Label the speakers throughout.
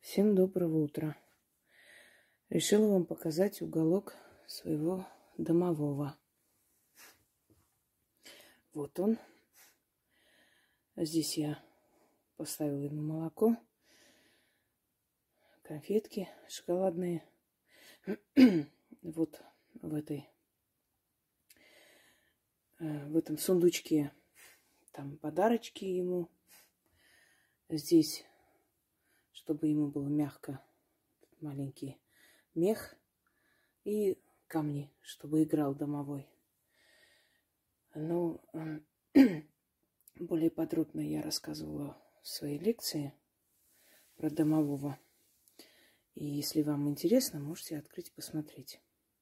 Speaker 1: Всем доброго утра. Решила вам показать уголок своего домового. Вот он. Здесь я поставила ему молоко, конфетки шоколадные. Вот в этом сундучке там подарочки ему. Здесь, чтобы ему было мягко, маленький мех и камни, чтобы играл домовой. Но более подробно я рассказывала в своей лекции про домового. И если вам интересно, можете открыть и посмотреть.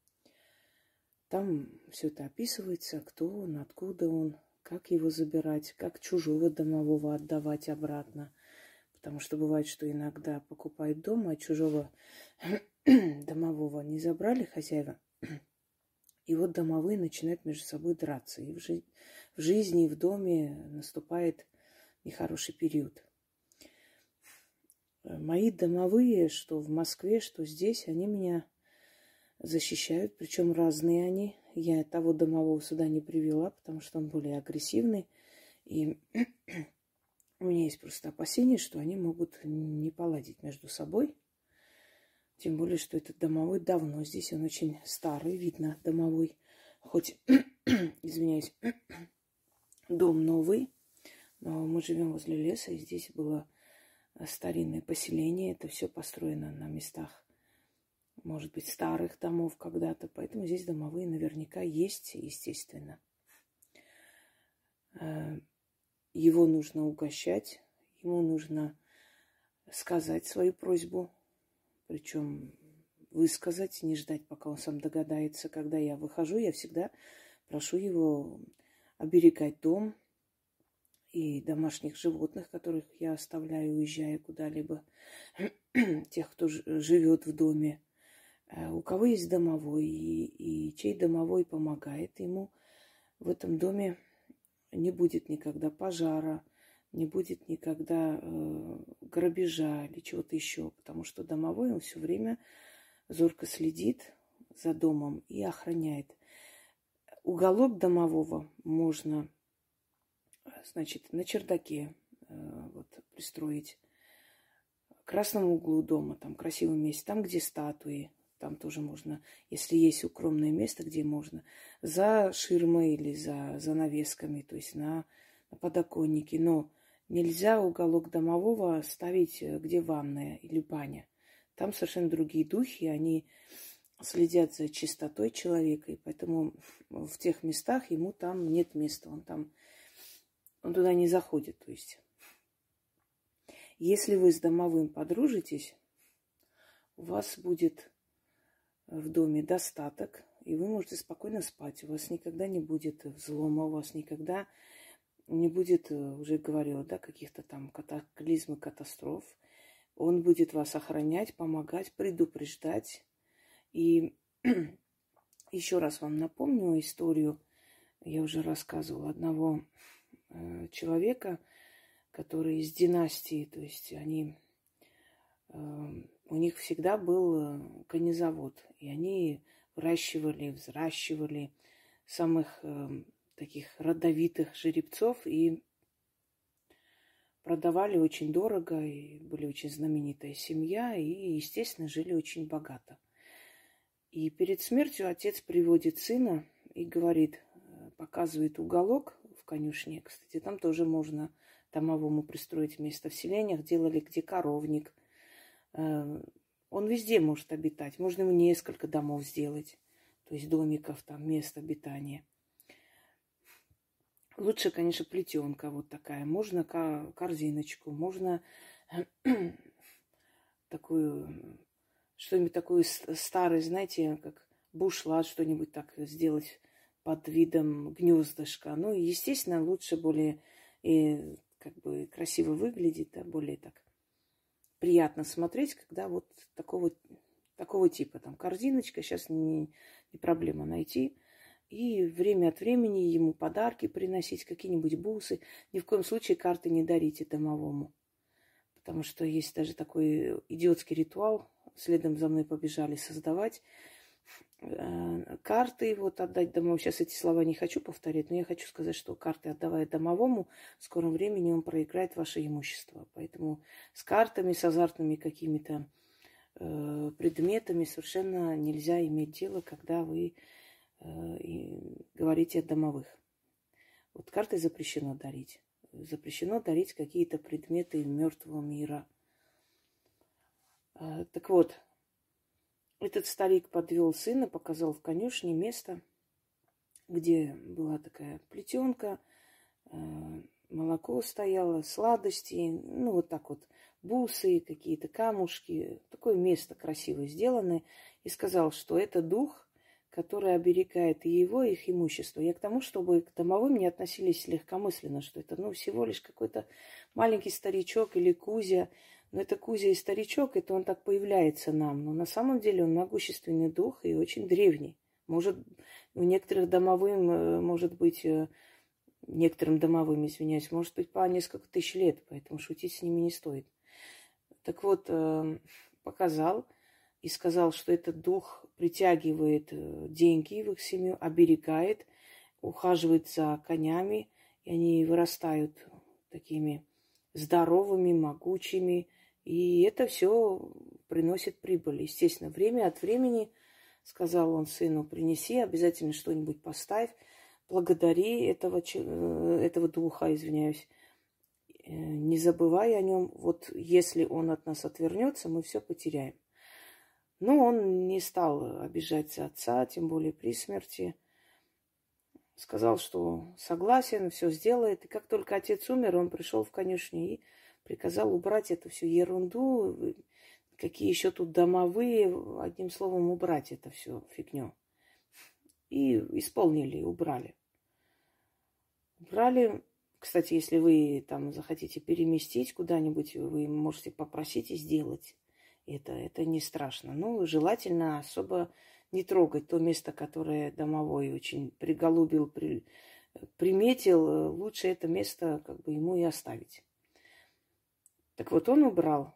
Speaker 1: Там все это описывается, кто он, откуда он, как его забирать, как чужого домового отдавать обратно. Потому что бывает, что иногда покупают дом, а чужого домового не забрали хозяева. И вот домовые начинают между собой драться. И в жизни, и в доме наступает нехороший период. Мои домовые, что в Москве, что здесь, они меня защищают. Причем разные они. Я того домового сюда не привела, потому что он более агрессивный. И у меня есть просто опасения, что они могут не поладить между собой. Тем более, что этот домовой давно здесь. Он очень старый, видно, домовой. Хоть, извиняюсь, дом новый, но мы живем возле леса, и здесь было старинное поселение. Это все построено на местах, может быть, старых домов когда-то. Поэтому здесь домовые наверняка есть, естественно. Его нужно угощать, ему нужно сказать свою просьбу, причем высказать, не ждать, пока он сам догадается. Когда я выхожу, я всегда прошу его оберегать дом и домашних животных, которых я оставляю, уезжая куда-либо, тех, кто живет в доме. У кого есть домовой, и чей домовой помогает ему, в этом доме не будет никогда пожара, не будет никогда грабежа или чего-то еще, потому что домовой, он все время зорко следит за домом и охраняет. Уголок домового можно, значит, на чердаке пристроить, к красному углу дома, там красивое место, там, где статуи, там тоже можно, если есть укромное место, где можно, за ширмой или за занавесками, то есть на подоконнике. Но нельзя уголок домового ставить, где ванная или баня. Там совершенно другие духи, они следят за чистотой человека, и поэтому в тех местах ему там нет места, он туда не заходит. То есть, если вы с домовым подружитесь, у вас будет в доме достаток, и вы можете спокойно спать. У вас никогда не будет взлома, у вас никогда не будет, уже говорила, да, каких-то там катаклизм и катастроф. Он будет вас охранять, помогать, предупреждать. И еще раз вам напомню историю, я уже рассказывала, одного человека, который из династии, то есть у них всегда был конезавод, и они взращивали самых таких родовитых жеребцов и продавали очень дорого, и были очень знаменитая семья, и, естественно, жили очень богато. И перед смертью отец приводит сына и говорит, показывает уголок в конюшне, кстати, там тоже можно домовому пристроить место. В селениях делали, где коровник. Он везде может обитать. Можно ему несколько домов сделать. То есть домиков, там, мест обитания. Лучше, конечно, плетенка вот такая. Можно корзиночку, можно такую, что-нибудь такое старое, знаете, как бушлат, что-нибудь так сделать под видом гнездышка. Ну, естественно, лучше более красиво выглядит, да, более так приятно смотреть, когда вот такого типа. Там корзиночка, сейчас не проблема найти. И время от времени ему подарки приносить, какие-нибудь бусы. Ни в коем случае карты не дарите домовому. потому что есть даже такой идиотский ритуал, следом за мной побежали создавать. Карты вот отдать домовому. Сейчас эти слова не хочу повторять, но я хочу сказать, что карты, отдавая домовому, в скором времени он проиграет ваше имущество. Поэтому с картами, с азартными какими-то предметами совершенно нельзя иметь дело, когда вы говорите о домовых. Вот карты запрещено дарить. Запрещено дарить какие-то предметы мертвого мира. Так вот, этот старик подвел сына, показал в конюшне место, где была такая плетенка, молоко стояло, сладости, ну вот так вот, бусы, какие-то камушки. Такое место красиво сделанное. И сказал, что это дух, который оберегает и его, и их имущество. Я к тому, чтобы к домовым не относились легкомысленно, что это всего лишь какой-то маленький старичок или Кузя. Но это Кузя и старичок, это он так появляется нам. Но на самом деле он могущественный дух и очень древний. Может, у некоторых домовым, может быть, некоторым домовым, извиняюсь, может быть, по несколько тысяч лет, поэтому шутить с ними не стоит. Так вот, показал и сказал, что этот дух притягивает деньги в их семью, оберегает, ухаживает за конями, и они вырастают такими здоровыми, могучими, и это все приносит прибыль. Естественно, время от времени, сказал он сыну, принеси, обязательно что-нибудь поставь, благодари этого духа, извиняюсь, не забывай о нем. Вот если он от нас отвернется, мы все потеряем. Но он не стал обижать отца, тем более при смерти. Сказал, что согласен, все сделает. И как только отец умер, он пришел в конюшню и приказал убрать эту всю ерунду, какие еще тут домовые, одним словом, убрать это все фигню. И исполнили, убрали. Убрали. Кстати, если вы там захотите переместить куда-нибудь, вы можете попросить и сделать это. Это не страшно. Но желательно особо не трогать то место, которое домовой очень приголубил, приметил. Лучше это место как бы ему и оставить. Так вот, он убрал.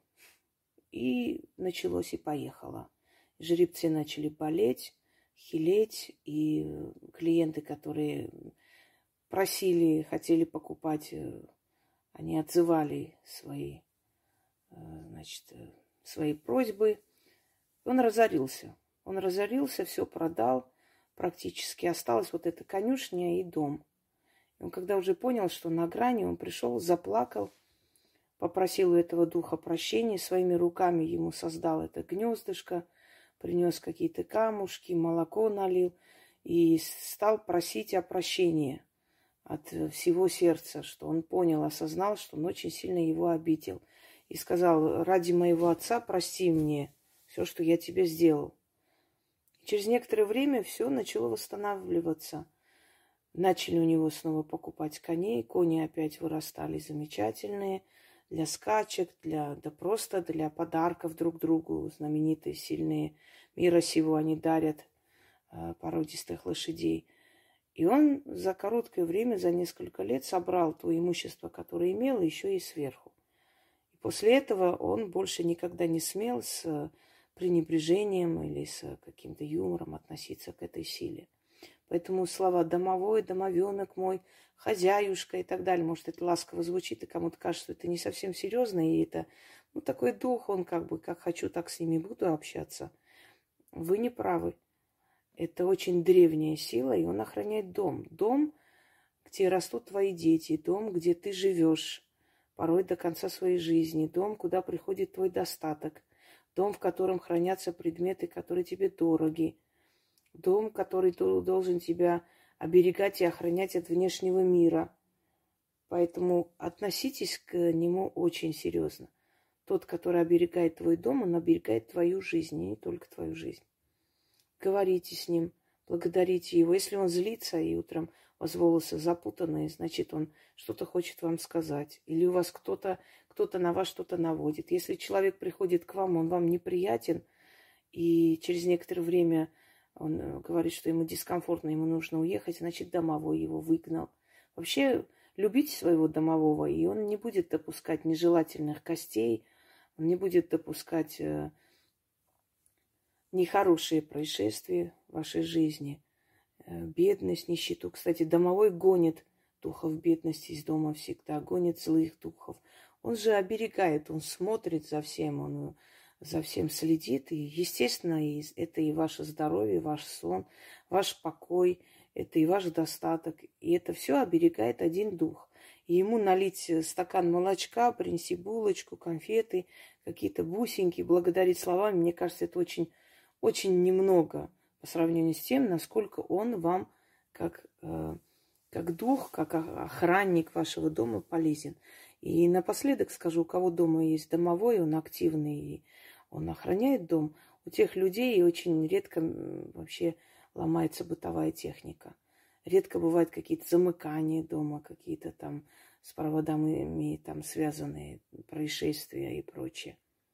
Speaker 1: И началось, и поехало. Жеребцы начали болеть, хилеть. И клиенты, которые просили, хотели покупать, они отзывали свои, свои просьбы. Он разорился. Он разорился, все продал практически. Осталась вот эта конюшня и дом. И он, когда уже понял, что на грани, он пришел, заплакал, попросил у этого духа прощения, своими руками ему создал это гнездышко, принес какие-то камушки, молоко налил и стал просить о прощении от всего сердца, что он понял, осознал, что он очень сильно его обидел. И сказал: ради моего отца прости мне все, что я тебе сделал. И через некоторое время все начало восстанавливаться. Начали у него снова покупать коней, кони опять вырастали замечательные, для скачек, да просто для подарков друг другу. Знаменитые, сильные мира сего они дарят породистых лошадей. И он за короткое время, за несколько лет собрал то имущество, которое имел, еще и сверху. И после этого он больше никогда не смел с пренебрежением или с каким-то юмором относиться к этой силе. Поэтому слова «домовой», «домовенок мой», «хозяюшка» и так далее, может, это ласково звучит, и кому-то кажется, что это не совсем серьезно, и это такой дух, он как бы, как хочу, так с ними буду общаться. Вы не правы. Это очень древняя сила, и он охраняет дом. Дом, где растут твои дети, дом, где ты живешь, порой до конца своей жизни, дом, куда приходит твой достаток, дом, в котором хранятся предметы, которые тебе дороги, дом, который должен тебя оберегать и охранять от внешнего мира. Поэтому относитесь к нему очень серьезно. Тот, который оберегает твой дом, он оберегает твою жизнь, и не только твою жизнь. Говорите с ним, благодарите его. Если он злится и утром у вас волосы запутанные, значит, он что-то хочет вам сказать. Или у вас кто-то на вас что-то наводит. Если человек приходит к вам, он вам неприятен, и через некоторое время он говорит, что ему дискомфортно, ему нужно уехать, значит, домовой его выгнал. Вообще, любить своего домового, и он не будет допускать нежелательных гостей, он не будет допускать нехорошие происшествия в вашей жизни, бедность, нищету. Кстати, домовой гонит духов бедности из дома всегда, гонит злых духов. Он же оберегает, он смотрит за всем, он за всем следит. И, естественно, это и ваше здоровье, ваш сон, ваш покой, это и ваш достаток. И это все оберегает один дух. И ему налить стакан молочка, принести булочку, конфеты, какие-то бусинки, благодарить словами, мне кажется, это очень, очень немного по сравнению с тем, насколько он вам как дух, как охранник вашего дома полезен. И напоследок скажу, у кого дома есть домовой, он активный, и он охраняет дом, у тех людей очень редко вообще ломается бытовая техника. Редко бывают какие-то замыкания дома, какие-то там с проводами там связанные происшествия и прочее.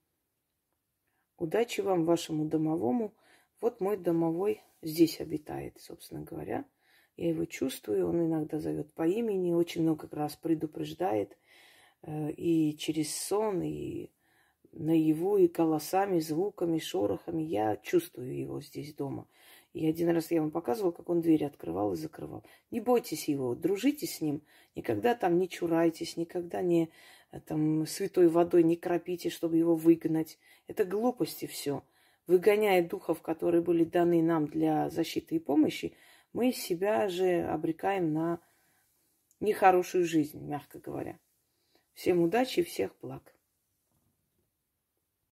Speaker 1: Удачи вам, вашему домовому. Вот мой домовой здесь обитает, собственно говоря. Я его чувствую, он иногда зовет по имени, очень много раз предупреждает. И через сон, и наяву, и голосами, звуками, шорохами. Я чувствую его здесь дома. И один раз я вам показывала, как он дверь открывал и закрывал. Не бойтесь его, дружите с ним. Никогда там не чурайтесь, никогда не там, святой водой не кропите, чтобы его выгнать. Это глупости все. Выгоняя духов, которые были даны нам для защиты и помощи, мы себя же обрекаем на нехорошую жизнь, мягко говоря. Всем удачи и всех благ.